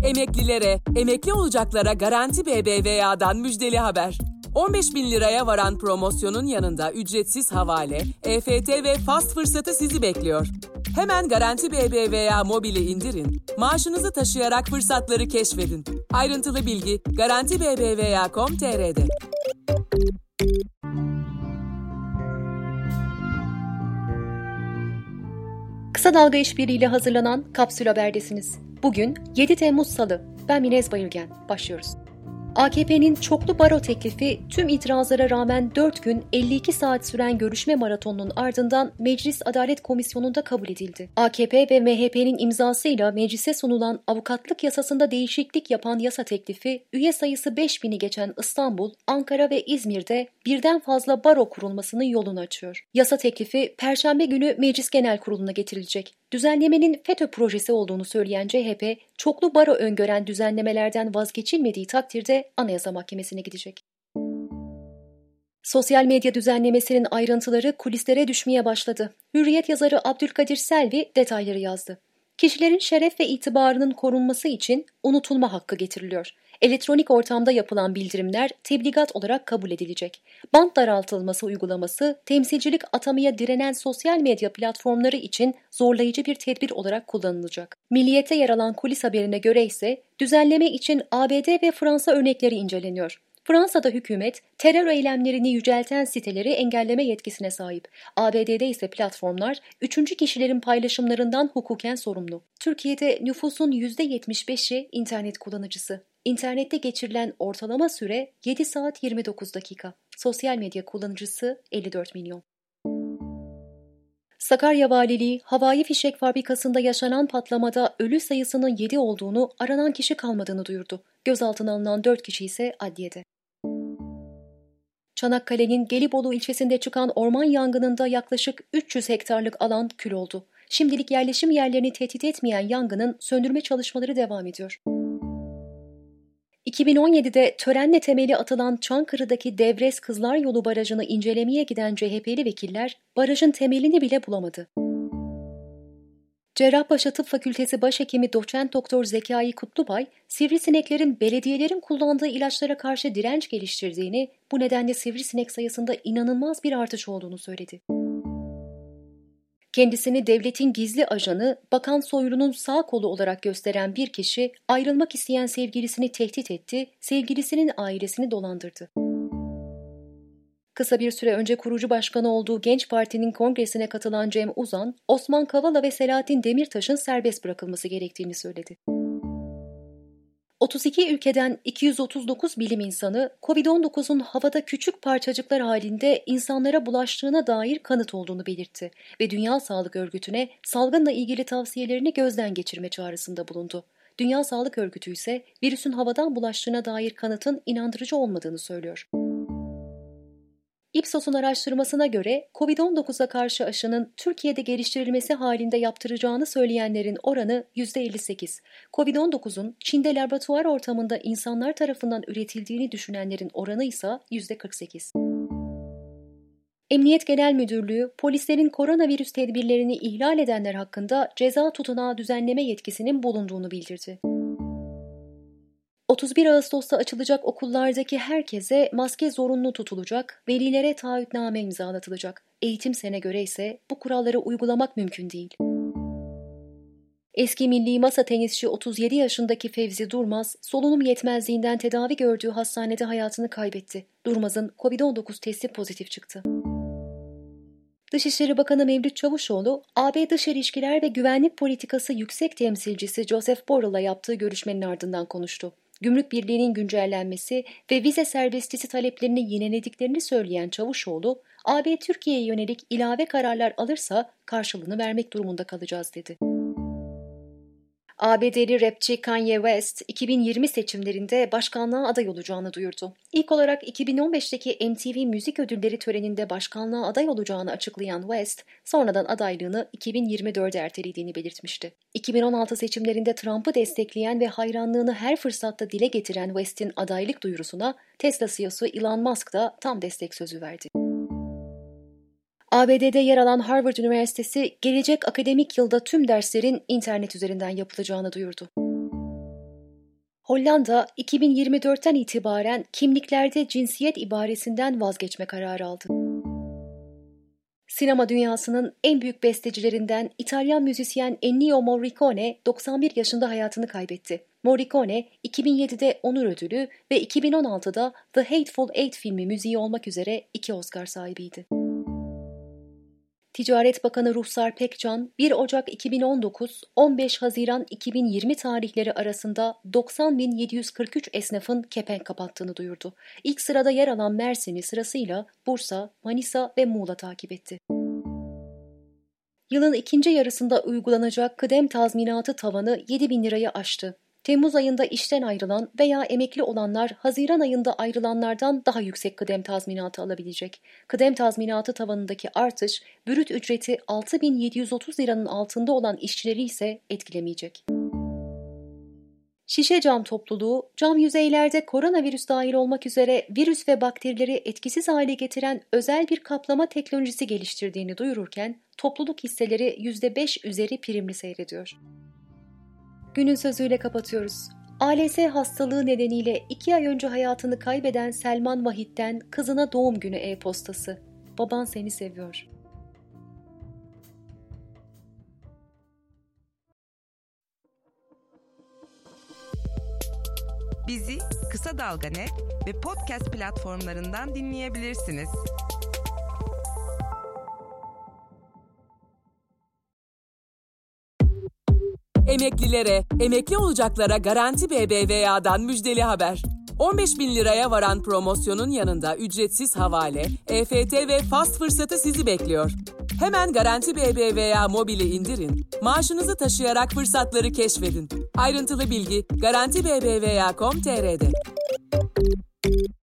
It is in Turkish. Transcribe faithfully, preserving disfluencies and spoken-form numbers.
Emeklilere, emekli olacaklara Garanti B B V A'dan müjdeli haber. on beş bin liraya varan promosyonun yanında ücretsiz havale, E F T ve fast fırsatı sizi bekliyor. Hemen Garanti B B V A mobili indirin, maaşınızı taşıyarak fırsatları keşfedin. Ayrıntılı bilgi garanti b b v a nokta com nokta t r'de. Kısa Dalga işbirliğiyle hazırlanan Kapsül Haber'desiniz. Bugün yedi Temmuz Salı. Ben Minez Bayülgen. Başlıyoruz. A K P'nin çoklu baro teklifi tüm itirazlara rağmen dört gün elli iki saat süren görüşme maratonunun ardından Meclis Adalet Komisyonu'nda kabul edildi. A K P ve M H P'nin imzasıyla meclise sunulan avukatlık yasasında değişiklik yapan yasa teklifi, üye sayısı beş bini geçen İstanbul, Ankara ve İzmir'de birden fazla baro kurulmasının yolunu açıyor. Yasa teklifi Perşembe günü Meclis Genel Kurulu'na getirilecek. Düzenlemenin FETÖ projesi olduğunu söyleyen C H P, çoklu baro öngören düzenlemelerden vazgeçilmediği takdirde Anayasa Mahkemesi'ne gidecek. Sosyal medya düzenlemesinin ayrıntıları kulislere düşmeye başladı. Hürriyet yazarı Abdülkadir Selvi detayları yazdı. Kişilerin şeref ve itibarının korunması için unutulma hakkı getiriliyor. Elektronik ortamda yapılan bildirimler tebligat olarak kabul edilecek. Bant daraltılması uygulaması temsilcilik atamaya direnen sosyal medya platformları için zorlayıcı bir tedbir olarak kullanılacak. Milliyet'te yer alan kulis haberine göre ise düzenleme için A B D ve Fransa örnekleri inceleniyor. Fransa'da hükümet terör eylemlerini yücelten siteleri engelleme yetkisine sahip. A B D'de ise platformlar üçüncü kişilerin paylaşımlarından hukuken sorumlu. Türkiye'de nüfusun yüzde yetmiş beşi internet kullanıcısı. İnternette geçirilen ortalama süre yedi saat yirmi dokuz dakika. Sosyal medya kullanıcısı elli dört milyon. Sakarya Valiliği, havai fişek fabrikasında yaşanan patlamada ölü sayısının yedi olduğunu, aranan kişi kalmadığını duyurdu. Gözaltına alınan dört kişi ise adliyede. Çanakkale'nin Gelibolu ilçesinde çıkan orman yangınında yaklaşık üç yüz hektarlık alan kül oldu. Şimdilik yerleşim yerlerini tehdit etmeyen yangının söndürme çalışmaları devam ediyor. iki bin on yedide törenle temeli atılan Çankırı'daki Devres Kızlar Yolu Barajı'nı incelemeye giden C H P'li vekiller barajın temelini bile bulamadı. Cerrahpaşa Tıp Fakültesi Başhekimi Doçent Doktor Zekai Kutlubay, sivrisineklerin belediyelerin kullandığı ilaçlara karşı direnç geliştirdiğini, bu nedenle sivrisinek sayısında inanılmaz bir artış olduğunu söyledi. Kendisini devletin gizli ajanı, Bakan Soylu'nun sağ kolu olarak gösteren bir kişi, ayrılmak isteyen sevgilisini tehdit etti, sevgilisinin ailesini dolandırdı. Kısa bir süre önce kurucu başkanı olduğu Genç Parti'nin kongresine katılan Cem Uzan, Osman Kavala ve Selahattin Demirtaş'ın serbest bırakılması gerektiğini söyledi. otuz iki ülkeden iki yüz otuz dokuz bilim insanı, kovid on dokuzun havada küçük parçacıklar halinde insanlara bulaştığına dair kanıt olduğunu belirtti ve Dünya Sağlık Örgütü'ne salgınla ilgili tavsiyelerini gözden geçirme çağrısında bulundu. Dünya Sağlık Örgütü ise virüsün havadan bulaştığına dair kanıtın inandırıcı olmadığını söylüyor. İpsos'un araştırmasına göre kovid on dokuza karşı aşının Türkiye'de geliştirilmesi halinde yaptıracağını söyleyenlerin oranı yüzde elli sekiz. kovid on dokuzun Çin'de laboratuvar ortamında insanlar tarafından üretildiğini düşünenlerin oranı ise yüzde kırk sekiz. Emniyet Genel Müdürlüğü, polislerin koronavirüs tedbirlerini ihlal edenler hakkında ceza tutanağı düzenleme yetkisinin bulunduğunu bildirdi. otuz bir Ağustos'ta açılacak okullardaki herkese maske zorunlu tutulacak, velilere taahhütname imzalatılacak. Eğitim Sen'e göre ise bu kuralları uygulamak mümkün değil. Eski milli masa tenisçi otuz yedi yaşındaki Fevzi Durmaz, solunum yetmezliğinden tedavi gördüğü hastanede hayatını kaybetti. Durmaz'ın kovid on dokuz testi pozitif çıktı. Dışişleri Bakanı Mevlüt Çavuşoğlu, A B Dış İlişkiler ve Güvenlik Politikası Yüksek Temsilcisi Joseph Borrell'la yaptığı görüşmenin ardından konuştu. Gümrük Birliği'nin güncellenmesi ve vize serbestisi taleplerini yenilediklerini söyleyen Çavuşoğlu, A B Türkiye'ye yönelik ilave kararlar alırsa karşılığını vermek durumunda kalacağız dedi. A B D'li rapçi Kanye West, iki bin yirmi seçimlerinde başkanlığa aday olacağını duyurdu. İlk olarak iki bin on beşteki M T V Müzik Ödülleri töreninde başkanlığa aday olacağını açıklayan West, sonradan adaylığını iki bin yirmi dörde ertelediğini belirtmişti. iki bin on altı seçimlerinde Trump'ı destekleyen ve hayranlığını her fırsatta dile getiren West'in adaylık duyurusuna Tesla C E O'su Elon Musk da tam destek sözü verdi. A B D'de yer alan Harvard Üniversitesi, gelecek akademik yılda tüm derslerin internet üzerinden yapılacağını duyurdu. Hollanda, iki bin yirmi dörtten itibaren kimliklerde cinsiyet ibaresinden vazgeçme kararı aldı. Sinema dünyasının en büyük bestecilerinden İtalyan müzisyen Ennio Morricone doksan bir yaşında hayatını kaybetti. Morricone, iki bin yedide Onur Ödülü ve iki bin on altıda The Hateful Eight filmi müziği olmak üzere iki Oscar sahibiydi. Ticaret Bakanı Ruhsar Pekcan, bir Ocak iki bin on dokuz - on beş Haziran iki bin yirmi tarihleri arasında doksan bin yedi yüz kırk üç esnafın kepenk kapattığını duyurdu. İlk sırada yer alan Mersin'i sırasıyla Bursa, Manisa ve Muğla takip etti. Yılın ikinci yarısında uygulanacak kıdem tazminatı tavanı yedi bin lirayı aştı. Temmuz ayında işten ayrılan veya emekli olanlar Haziran ayında ayrılanlardan daha yüksek kıdem tazminatı alabilecek. Kıdem tazminatı tavanındaki artış, brüt ücreti altı bin yedi yüz otuz liranın altında olan işçileri ise etkilemeyecek. Şişe Cam topluluğu, cam yüzeylerde koronavirüs dahil olmak üzere virüs ve bakterileri etkisiz hale getiren özel bir kaplama teknolojisi geliştirdiğini duyururken, topluluk hisseleri yüzde beş üzeri primli seyrediyor. Günün sözüyle kapatıyoruz. A L S hastalığı nedeniyle iki ay önce hayatını kaybeden Selman Vahit'ten kızına doğum günü e-postası. Baban seni seviyor. Bizi Kısa Dalga Net ve podcast platformlarından dinleyebilirsiniz. Emeklilere, emekli olacaklara Garanti B B V A'dan müjdeli haber. on beş bin liraya varan promosyonun yanında ücretsiz havale, E F T ve fast fırsatı sizi bekliyor. Hemen Garanti B B V A mobili indirin, maaşınızı taşıyarak fırsatları keşfedin. Ayrıntılı bilgi garanti b b v a nokta com nokta t r'de.